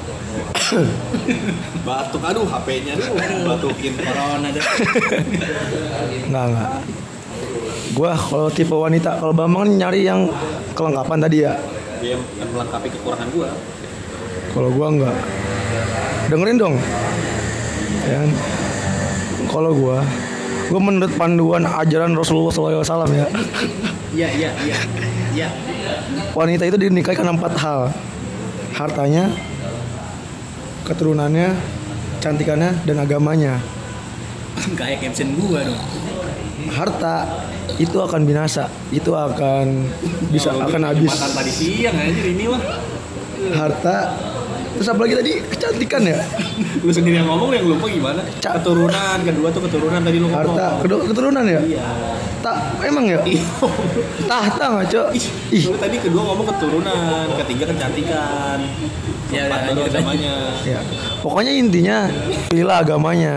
Batuk, aduh H P-nya tuh batukin corona deh. Enggak, enggak. Gua kalau tipe wanita, kalau Bambang kan nyari yang kelengkapan tadi ya. Dia yang melengkapi kekurangan gua. Kalau gua enggak. Dengerin dong. Ya kan? Kalau gua, gua menurut panduan ajaran Rasulullah shallallahu alaihi wasallam ya. Iya, iya, iya. Iya. Wanita itu dinikahi karena empat hal. Hartanya, keturunannya, cantikannya, dan agamanya. Kayak caption gue dong. Harta itu akan binasa, itu akan bisa akan habis. Makan tadi siang aja ini mah. Harta, terus apa lagi tadi? Kecantikan ya. Lu sendiri yang ngomong, yang lupa gimana? Ca- Keturunan, kedua tuh keturunan tadi lu ngomong. Harta, kedua keturunan ya. Iya. Tak, emang ya. Iya. Tahta nggak cok? Ih, Lu tadi kedua ngomong keturunan, ketiga kecantikan. Ya, Keempat baru lanjut, agamanya. ya. Pokoknya intinya pilihlah agamanya.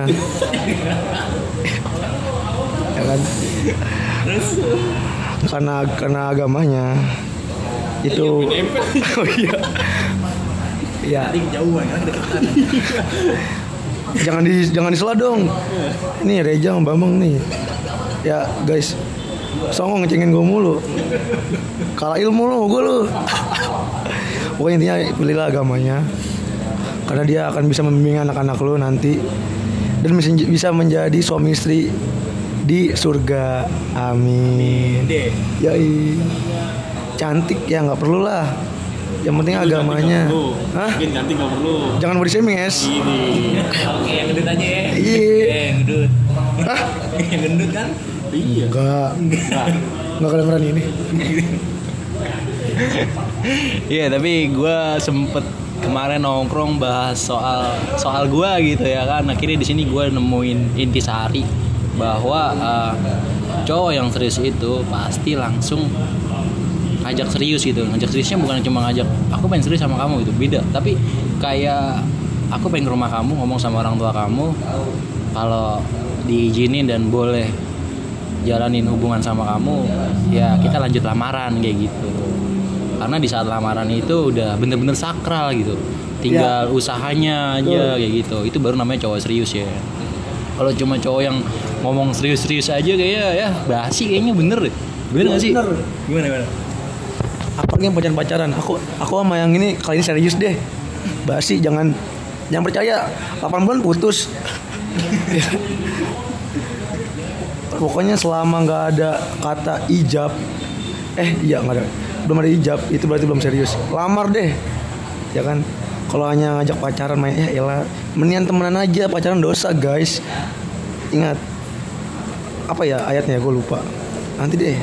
Ya kan? Karena karena agamanya itu. Oh iya. Ya. Tadi kejauhan, kan deketan. Jangan di jangan disela dong. Nih Reja sama Bambang nih. Ya guys, songong ngecengin gue mulu. Kalah ilmu lu, gue lu. Pokoknya intinya pilihlah agamanya, karena dia akan bisa membimbing anak-anak lu nanti dan bisa menjadi suami istri di surga. Amin. Yoi. Cantik ya nggak perlu lah. Yang penting agamanya. Hah? Mungkin cantik nggak perlu. Jangan body shaming es. Ini. Oke, yang gendut aja ya. Iya. Eh, yang gendut. Hah? Yang gendut kan? Iya. Enggak. Enggak kedengeran ini. Iya, tapi gue sempet kemarin nongkrong bahas soal soal gue gitu ya kan. Akhirnya di sini gue nemuin intisari bahwa uh, cowok yang serius itu pasti langsung ngajak serius gitu. Ngajak seriusnya bukan cuma ngajak aku pengen serius sama kamu gitu, beda. Tapi kayak aku pengen ke rumah kamu, ngomong sama orang tua kamu, kalau diizinin dan boleh jalanin hubungan sama kamu, ya kita lanjut lamaran kayak gitu. Karena di saat lamaran itu udah bener-bener sakral gitu, tinggal ya. Usahanya aja kayak gitu. Itu baru namanya cowok serius ya. Kalau cuma cowok yang ngomong serius-serius aja kayaknya ya basi kayaknya, bener deh. Bener nggak sih? Bener. Gimana gimana? Apalagi yang pacaran-pacaran. Aku aku sama yang ini kali ini serius deh. Basi, jangan jangan percaya. delapan bulan putus. Pokoknya selama nggak ada kata ijab, eh iya nggak ada, belum ada ijab, itu berarti belum serius. Lamar deh, ya kan? Kalau hanya ngajak pacaran, main ya elah, mendingan temenan aja. Pacaran dosa guys. Ingat apa ya ayatnya? Gue lupa. Nanti deh.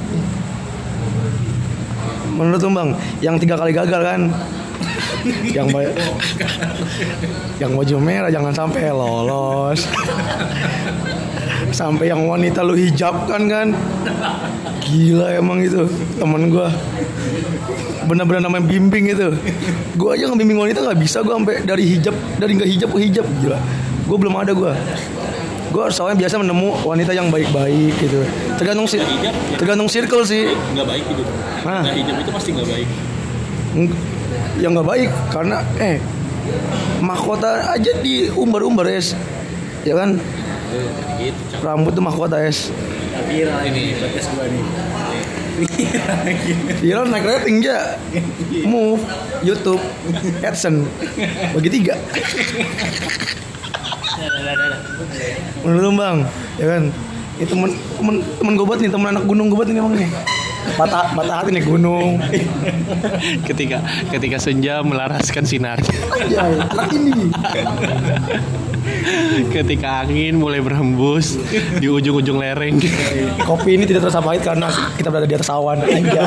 Menurut lu Bang, yang tiga kali gagal kan? yang bay- yang baju merah jangan sampai lolos. Sampai yang wanita lu hijabkan kan? Gila emang itu temen gue. Bener-bener namanya bimbing itu. Gue aja ngebimbing wanita nggak bisa. Gue sampai dari hijab, dari nggak hijab ke hijab, gila. Gue belum ada gue. gue soalnya biasa menemu wanita yang baik-baik gitu. Tergantung sih, tergantung circle sih. Nggak baik hidup. Hah? Nggak hijab itu pasti nggak baik. Eng- yang nggak baik karena eh mahkota aja diumbar-umbar es, ya kan? Gitu. Rambut tuh mahkota es. Viral ini podcast gua nih. Viral naik rating ya. Move, YouTube, AdSense bagi tiga. Menurut lu bang, ya kan? Itu temen temen temen gue buat nih, temen anak gunung gue buat nih emang nih. Patah patah hati nih gunung. ketika ketika senja melaraskan sinarnya. Aja, anak ini. Ketika angin mulai berhembus di ujung-ujung lereng. Kopi ini tidak terasa pahit karena kita berada di atas awan. Aja.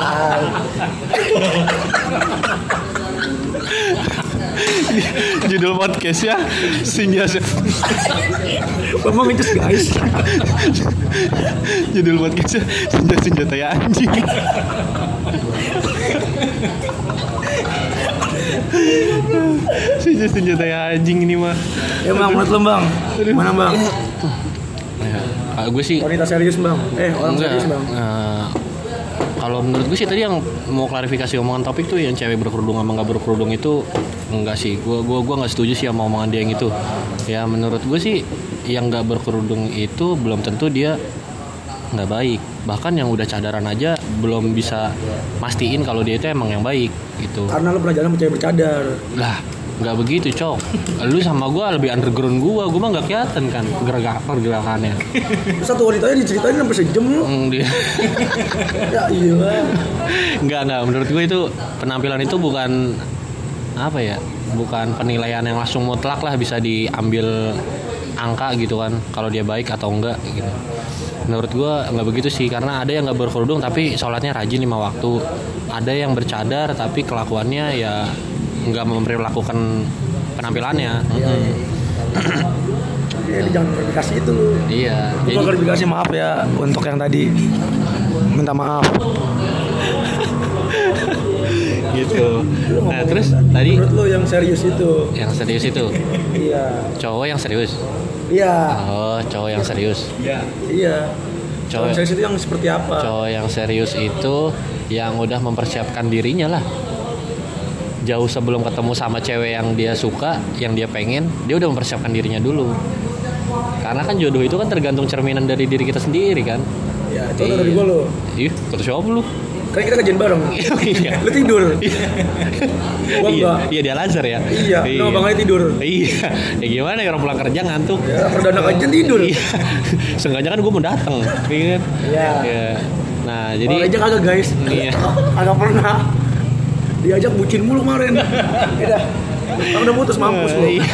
Judul podcastnya senja. Memang itu guys. Judul podcastnya senja senjata ya anjing. Senja senjata ya anjing ini mah. Ya bang, menurut lu bang, mana bang? Ah, gue sih Wanita serius bang? Eh orang enggak. serius bang? Eh, kalau menurut gue sih tadi yang mau klarifikasi omongan topik tuh yang cewek berkerudung sama nggak berkerudung itu enggak sih. Gue gue gue nggak setuju sih sama omongan dia yang itu. Ya menurut gue sih yang nggak berkerudung itu belum tentu dia nggak baik. Bahkan yang udah cadaran aja belum bisa mastiin kalau dia itu emang yang baik gitu. Karena lu pernah jalan sama cewek bercadar. Lah nggak begitu cok. Lu sama gue lebih underground gue. Gue mah nggak kelihatan kan gerak pergerakannya. Satu wanitanya diceritain sampai sejam lu. Hmm, dia Ya iya. Enggak, enggak. Menurut gue itu penampilan itu bukan apa ya? Bukan penilaian yang langsung mutlak lah bisa diambil angka gitu kan. Kalau dia baik atau enggak gitu. Menurut gue enggak begitu sih. Karena ada yang enggak berkerudung tapi sholatnya rajin lima waktu. Ada yang bercadar tapi kelakuannya ya enggak memperlakukan penampilannya. Mm-hmm. Jadi jangan klarifikasi itu lu. Iya. Gue Jadi klarifikasi maaf ya untuk yang tadi. Minta maaf. gitu. Nah, terus tadi Menurut lu yang serius itu? yang serius itu Iya. cowok yang serius. Iya. Oh, cowok yang serius. Iya. Cowok Yang serius itu yang seperti apa? Cowok yang serius itu yang udah mempersiapkan dirinya lah. Jauh sebelum ketemu sama cewek yang dia suka, yang dia pengen, dia udah mempersiapkan dirinya dulu. Karena kan jodoh itu kan tergantung cerminan dari diri kita sendiri kan. Ya, itu iya. Dari gua lo. Ih, kata siapa lu? Kan kita kajian bareng. Iya. Lu tidur. Gua Iya, enggak. iya dia Lazar ya. Iya, nama bang aja tidur. Iya. Ya gimana ya orang pulang kerja ngantuk. Ya, perdana kajian tidur. Iya. Seenggaknya kan gue mau datang, iya kan? Iya. Iya. Nah, jadi Kalau aja kagak guys. Iya. Agak pernah. Diajak bucin mulu kemarin. Udah. Kan udah putus mampus lu. Iya.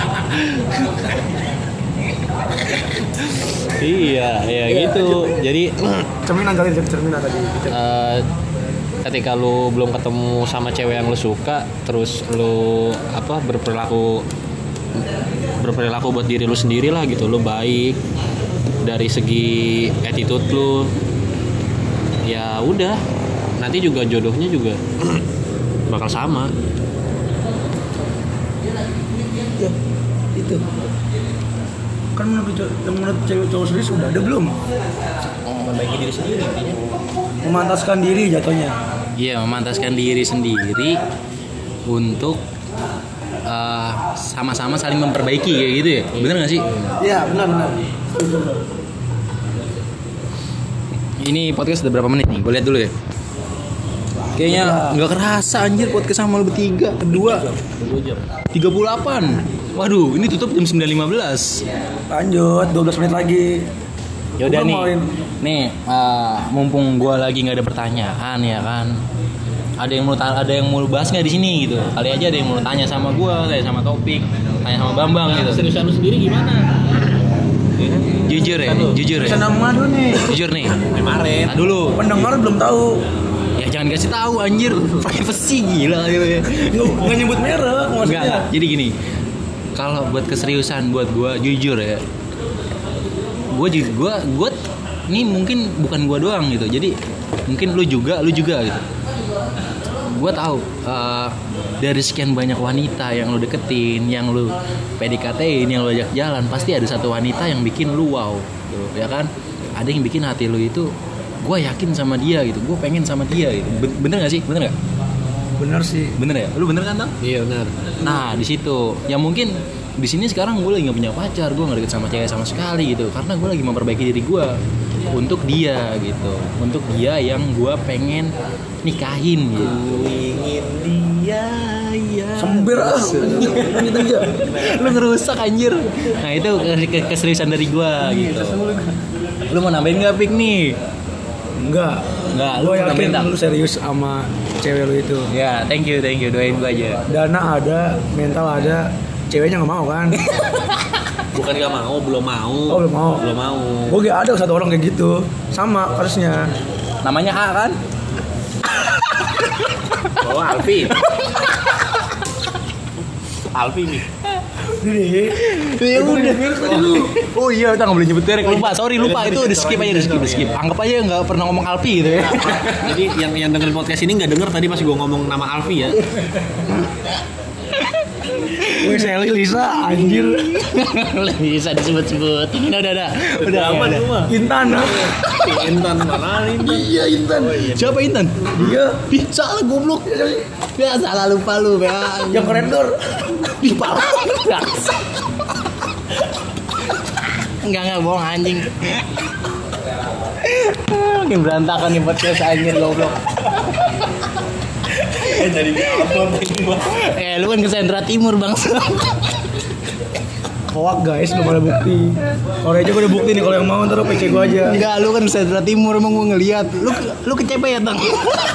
Iya, ya Iya, gitu. Jadi Cerminan kali cerminan tadi. eh, ketika lu belum ketemu sama cewek yang lu suka, terus lu apa berperilaku berperilaku buat diri lu sendiri lah gitu. Lu baik dari segi attitude lu. Ya udah, nanti juga jodohnya juga bakal sama. Ya, itu. Kan menurut menurut cewek cowok serius udah ada belum? Memperbaiki diri sendiri intinya. Memantaskan diri jatuhnya. Iya, memantaskan diri sendiri untuk uh, sama-sama saling memperbaiki kayak gitu ya. Bener nggak sih? Iya, benar benar. Ini podcast udah berapa menit nih? Gue lihat dulu ya. Kayaknya nggak kerasa anjir podcast sama lu bertiga. Kedua tiga puluh delapan. Waduh, ini tutup jam sembilan lima belas. Lanjut, dua belas menit lagi. Yaudah Gua nih. mauin. Nih, uh, mumpung gue lagi nggak ada pertanyaan ya kan. Ada yang mau ada yang mau lu bahas nggak di sini gitu? Kali aja ada yang mau lu tanya sama gue, tanya sama Topik, tanya sama Bambang gitu. Seriusan lu sendiri gimana? Jujur ya, jujur ya. Senama dulu nih. Jujur nih. Kemarin. Nah dulu. Pendengar belum tahu. Ya jangan kasih tahu anjir. Privacy gila gitu ya. Nggak nyebut merek Enggak, maksudnya. enggak. Jadi gini. Kalau buat keseriusan buat gue jujur ya. Gue juga gue gue ini mungkin bukan gue doang gitu. Jadi mungkin lu juga, lu juga gitu. Gue tahu uh, dari sekian banyak wanita yang lu deketin, yang lu P D K T-in, yang lu ajak jalan, pasti ada satu wanita yang bikin lu wow gitu, ya kan? Ada yang bikin hati lu itu, gue yakin sama dia gitu, gue pengen sama dia gitu. Bener gak sih? Bener gak? Bener sih. Bener ya? Lu bener kan, Tang? Iya benar. Nah di situ, yang mungkin di sini sekarang gue lagi nggak punya pacar, gue nggak deket sama cewek sama sekali gitu, karena gue lagi memperbaiki diri gue untuk dia gitu, untuk dia yang gue pengen nikahin gitu. Ingin dia ya. Sembir ah. Gitu aja. Lu ngerusak anjir. Nah itu keseriusan dari gue gitu. Lu mau nambahin nggak Pik nih? Enggak. Enggak, lu Gue mau nambahin yakin tak? lu serius sama cewek lu itu. Ya thank you thank you, doain gue aja. Dana ada, mental ada, ceweknya nggak mau kan? Bukan gak mau, belum mau. Oh belum mau. Belum mau. Gue gak ada satu orang kayak gitu, sama kasusnya. Namanya A kan? Oh Alfi. Alfi nih. Ya udah. Oh iya, kita nggak boleh nyebut merek. Lupa, sorry lupa. Itu di skip aja, di skip, di skip. Anggap aja nggak pernah ngomong Alfi gitu ya. Jadi yang yang dengerin podcast ini nggak denger tadi pas gue ngomong nama Alfi ya. Gue Sally Lisa, anjir. Bisa disebut-sebut. Udah, udah, udah. Udah aman semua. Intan, ah. Intan mana ini? Iya Intan. Siapa Intan? Dia Ih, salah goblok. Ya salah lupa lu, ya. yang keren dor. Di pala. Enggak, enggak bohong anjing. Makin berantakan nih podcast anjir goblok. Eh jadi apa Eh, lu kan ke Sentra Timur, Bangsa. Hoak guys, belum ada bukti. Kalau aja gue udah bukti nih, kalau yang mau ntar P C gue aja. Enggak, lu kan Sentra Timur emang gua ngeliat. Lu lu ke C P ya, Tang?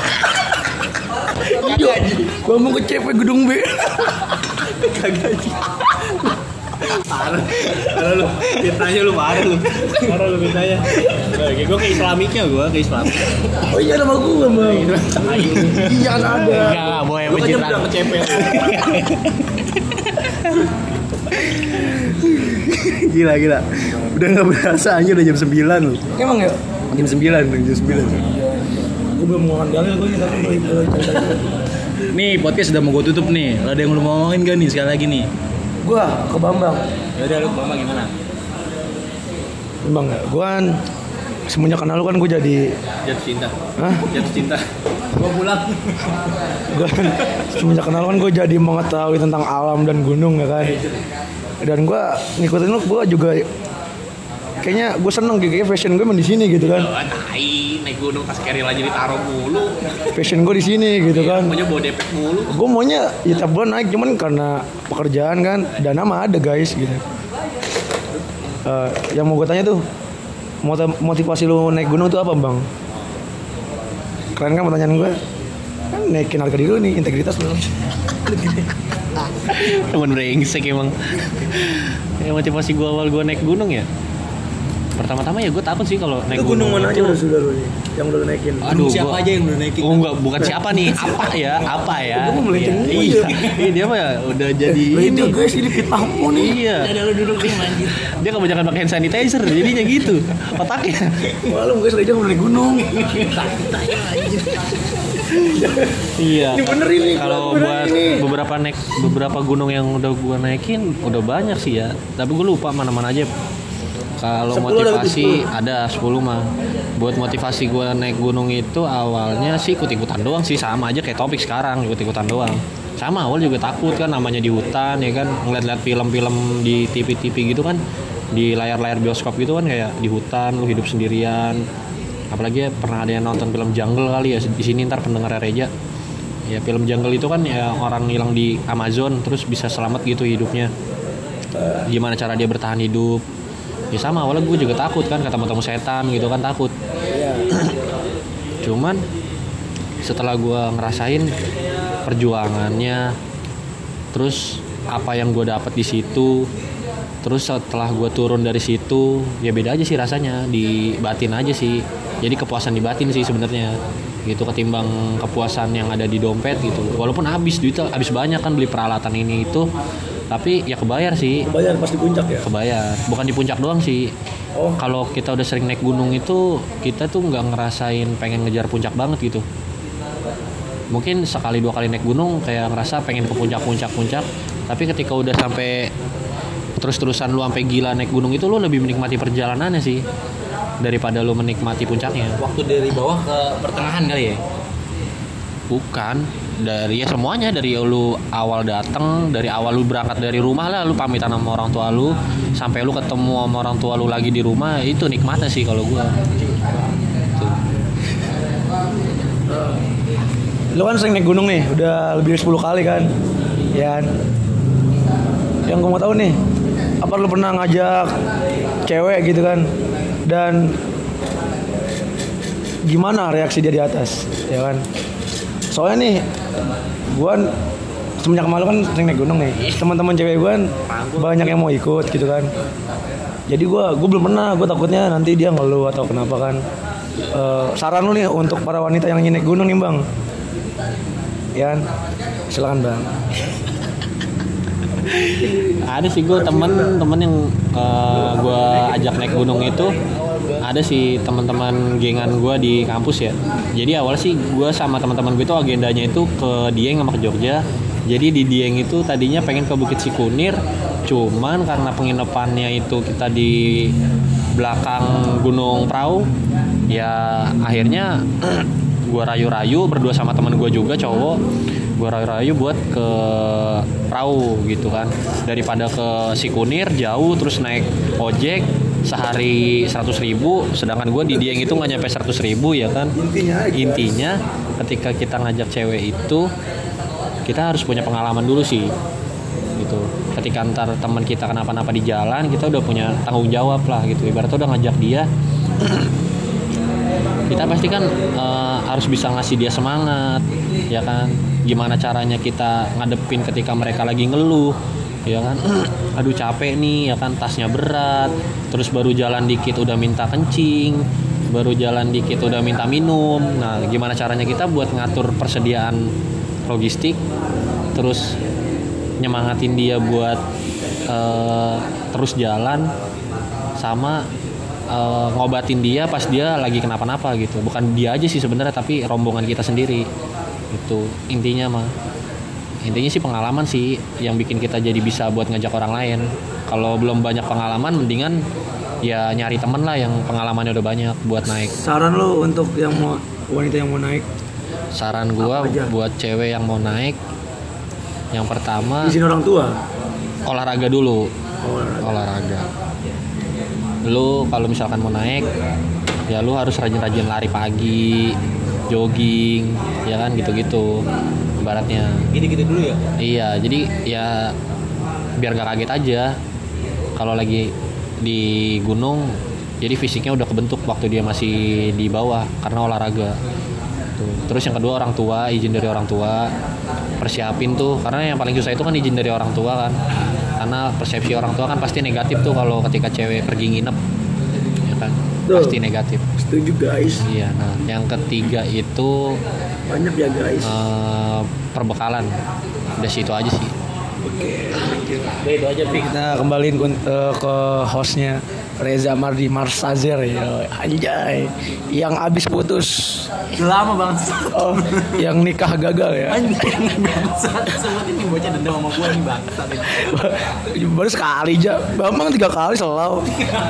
Iya, gue mau ke C P Gedung B. Kagak aja. Parah. Parah lu. Fitnahnya lu parah lu. Parah lu fitnahnya. Kayak gue ke Islamiknya gue, ke Islamik. Oh iya nama gue bang. Iya kan ada. Enggak, boleh Lu kan pencitraan. udah ke C P. Gila, gila. Udah enggak berasa aja udah jam sembilan lu. Emang ya? Jam sembilan, jam sembilan. Gue belum mau dalil gue tapi gue belum cerita. Nih, podcast udah mau gue tutup nih. Ada yang lu mau ngomongin gak nih sekali lagi nih? Gue ke Bambang. Ya udah, lu Bambang gimana? Bambang ya, gue kan semenjak kenal lu kan gue jadi, Jatuh cinta. hah? Jatuh cinta. Gue pulang. Gue kan semenjak kenal kan gue jadi mengetahui tentang alam dan gunung ya kan. Dan gue ngikutin lu, gue juga kayaknya gue seneng gitu, kayak fashion gue emang di sini gitu kan. Wah, tai naik gunung pas carry aja ditaruh mulu. Fashion gue di sini gitu kan. Pokoknya bawa depek mulu. Gue maunya ya tabungan naik, cuman karena pekerjaan kan dana mah ada guys gitu. Uh, yang mau gue tanya tuh, motivasi lu naik gunung tuh apa bang? Keren kan pertanyaan gue? Kan naikin harga diri lu nih, integritas lu. Temen brengsek emang. Yang motivasi gue awal gue naik gunung ya. Pertama-tama ya gue takut sih kalau naik Lu gunung gunung. mana aja udah sudah lu nih, yang udah lu naikin? Aduh, siapa gua- aja yang udah naikin? Oh enggak, bukan siapa nih, apa ya, apa ya. Gua mau melenceng Iya, dulu iya. aja. Iya, dia mah ya udah jadi Lah ini. itu guys, ini fitnahmu nih. Iya. Ada lu duduk nih anjir. Dia kebanyakan pakai hand sanitizer, jadinya gitu. Otaknya. Malu guys, aja udah naik gunung. Iya. Ini bener ini. Kalau bener buat ini. beberapa naik beberapa gunung yang udah gua naikin udah banyak sih ya. Tapi gue lupa mana-mana aja. Kalau sepuluh ada motivasi ada sepuluh mah. Buat motivasi gua naik gunung itu awalnya sih ikut-ikutan doang sih, sama aja kayak topik sekarang, ikut-ikutan doang. Sama awal juga takut kan, namanya di hutan ya kan, ngeliat-liat film-film di T V-T V gitu kan, di layar-layar bioskop gitu kan, kayak di hutan lu hidup sendirian. Apalagi ya, pernah ada yang nonton film Jungle kali ya di sini ntar pendengar Reja. Ya film Jungle itu kan ya orang hilang di Amazon terus bisa selamat gitu hidupnya. Gimana cara dia bertahan hidup? Ya sama awalnya gue juga takut kan, ketemu-temu setan gitu kan, takut. Cuman setelah gue ngerasain perjuangannya, terus apa yang gue dapat di situ, terus setelah gue turun dari situ, ya beda aja sih rasanya, di batin aja sih. Jadi kepuasan di batin sih sebenarnya, gitu, ketimbang kepuasan yang ada di dompet gitu. Walaupun habis duitnya, habis banyak kan beli peralatan ini itu, tapi ya kebayar sih. Bayar pas di puncak ya. Kebayar, bukan di puncak doang sih. Oh. Kalau kita udah sering naik gunung itu, kita tuh nggak ngerasain pengen ngejar puncak banget gitu. mungkin sekali dua kali naik gunung kayak ngerasa pengen ke puncak-puncak-puncak, tapi ketika udah sampai terus-terusan lu sampai gila naik gunung itu lu lebih menikmati perjalanannya sih daripada lu menikmati puncaknya. Waktu dari bawah ke pertengahan kali ya? Bukan, dari ya semuanya, dari lu awal datang, dari awal lu berangkat dari rumah lah, lu pamitan sama orang tua lu, sampai lu ketemu sama orang tua lu lagi di rumah, itu nikmatnya sih kalau gua. Tuh. Lu kan sering naik gunung nih, udah lebih dari sepuluh kali kan. Ya. Yang gue mau tahu nih, apa lu pernah ngajak cewek gitu kan? Dan gimana reaksi dia di atas, ya kan? Soalnya nih, gue semenjak kemarin kan sering naik gunung nih. Teman-teman cewek gue kan banyak yang mau ikut gitu kan. Jadi gue gue belum pernah, gue takutnya nanti dia ngeluh atau kenapa kan. Uh, saran lu nih untuk para wanita yang ingin naik gunung nih bang. Ya, silakan bang. Ada sih gue temen-temen yang uh, gue ajak naik gunung itu, ada sih teman-teman gengan gue di kampus ya. Jadi awal sih gue sama teman-teman gue itu agendanya itu ke Dieng sama ke Jogja. Jadi di Dieng itu tadinya pengen ke Bukit Sikunir, cuman karena penginapannya itu kita di belakang Gunung Prau, ya akhirnya gue rayu-rayu berdua sama teman gue juga cowok, gue rayu-rayu buat ke Prau gitu kan, daripada ke Sikunir jauh terus naik ojek sehari seratus ribu, sedangkan gue di Dieng itu nggak nyampe seratus ribu ya kan. Intinya aja. Intinya ketika kita ngajak cewek itu kita harus punya pengalaman dulu sih gitu. Ketika ntar teman kita kenapa-napa di jalan, kita udah punya tanggung jawab lah gitu. Ibaratnya udah ngajak dia, kita pasti kan uh, harus bisa ngasih dia semangat, ya kan? Gimana caranya kita ngadepin ketika mereka lagi ngeluh, ya kan? Aduh capek nih, ya kan? Tasnya berat, terus baru jalan dikit udah minta kencing, baru jalan dikit udah minta minum. Nah, gimana caranya kita buat ngatur persediaan logistik, terus nyemangatin dia buat uh, terus jalan, sama uh, ngobatin dia pas dia lagi kenapa-napa gitu. Bukan dia aja sih sebenarnya, tapi rombongan kita sendiri. Itu intinya mah. Intinya sih pengalaman sih yang bikin kita jadi bisa buat ngajak orang lain. Kalau belum banyak pengalaman, mendingan ya nyari temen lah yang pengalamannya udah banyak buat naik. Saran lu untuk yang mau wanita yang mau naik? Saran gua buat cewek yang mau naik, yang pertama izin orang tua. Olahraga dulu. Olahraga. Olahraga. Lu kalau misalkan mau naik, ya lu harus rajin-rajin lari pagi, jogging, ya kan gitu-gitu. Ibaratnya. Gitu-gitu dulu ya? Iya, jadi ya biar gak kaget aja kalau lagi di gunung. Jadi fisiknya udah kebentuk waktu dia masih di bawah karena olahraga. Terus yang kedua orang tua, izin dari orang tua, persiapin tuh, karena yang paling susah itu kan izin dari orang tua kan, karena persepsi orang tua kan pasti negatif tuh kalau ketika cewek pergi nginep, ya kan, tuh, pasti negatif. Setuju guys. Iya, nah yang ketiga itu banyak ya guys. Uh, perbekalan, udah situ aja sih. Oke, Udah itu aja Pik. kita kembaliin uh, ke hostnya Reza Mardi Marsazer ya, anjay, yang abis putus. Lama banget. Oh, yang nikah gagal ya. Anjing bangsat. Semua ini bocah dendam sama gua nih bangsat. Baru sekali aja, Bambang tiga kali selalu.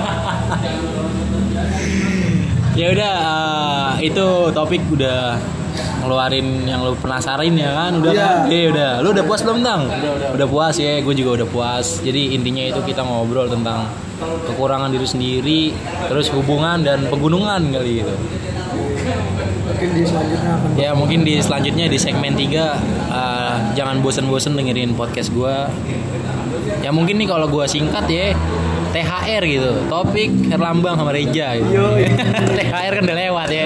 Ya udah, uh, itu topik udah ngeluarin yang lu penasarin ya kan, udah Iya. kan? Eh udah, lu udah puas belum Tang? Udah, udah. Udah puas ya, gue juga udah puas. Jadi intinya itu kita ngobrol tentang kekurangan diri sendiri, terus hubungan dan pegunungan kali gitu. Mungkin di selanjutnya akan Ya mungkin di selanjutnya di segmen tiga uh, jangan bosen-bosen dengerin podcast gue. Ya mungkin nih kalau gue singkat ya, T H R gitu, topik Herlambang sama Reja gitu. T H R kan udah lewat ya.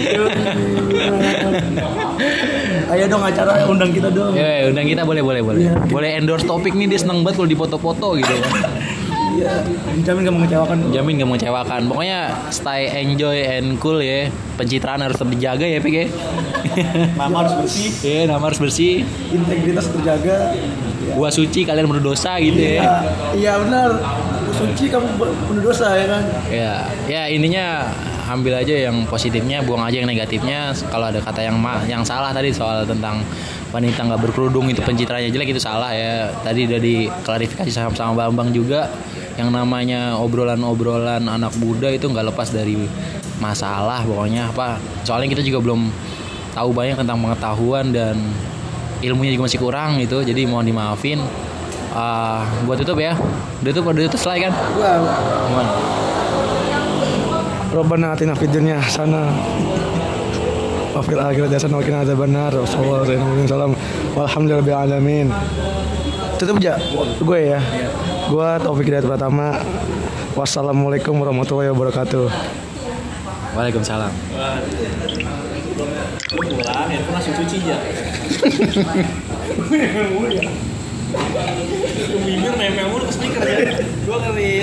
ayo dong acara undang kita dong. Ya undang kita boleh boleh boleh. Ya. Boleh endorse topik nih, dia seneng banget kalau dipoto-foto gitu. Iya, jamin gak mengecewakan. Jamin gak mengecewakan. Pokoknya stay enjoy and cool ya. Pencitraan harus tetap dijaga ya Pik ya. Nama harus bersih, Iya, nama harus bersih. integritas terjaga. Gua suci, kalian berdosa gitu Iya, ya. iya benar. Suci kamu penuh dosa ya kan. Ya, ya intinya ambil aja yang positifnya, buang aja yang negatifnya. Kalau ada kata yang ma- yang salah tadi soal tentang wanita nggak berkerudung itu pencitraannya jelek, itu salah ya. Tadi udah diklarifikasi sama sama Bambang juga. Yang namanya obrolan-obrolan anak muda itu nggak lepas dari masalah pokoknya apa. Soalnya kita juga belum tahu banyak tentang pengetahuan dan ilmunya juga masih kurang gitu. Jadi mohon dimaafin. Uh, buat tutup ya. Udah tutup, udah tutup slide kan? Gimana? Rabbana atina fid dunya hasanah wa fil akhirati hasanah wa qina adzabannar. Wassallallahu alaihi wasallam. Walhamdulillahirabbil alamin. Tutup aja gue ya. Gue Taufik Hidayat Pratama. Wassalamualaikum warahmatullahi wabarakatuh. Waalaikumsalam. Pulang ya, aku langsung cuci aja. Bibir nempel mulu ke speaker ya. Gua kali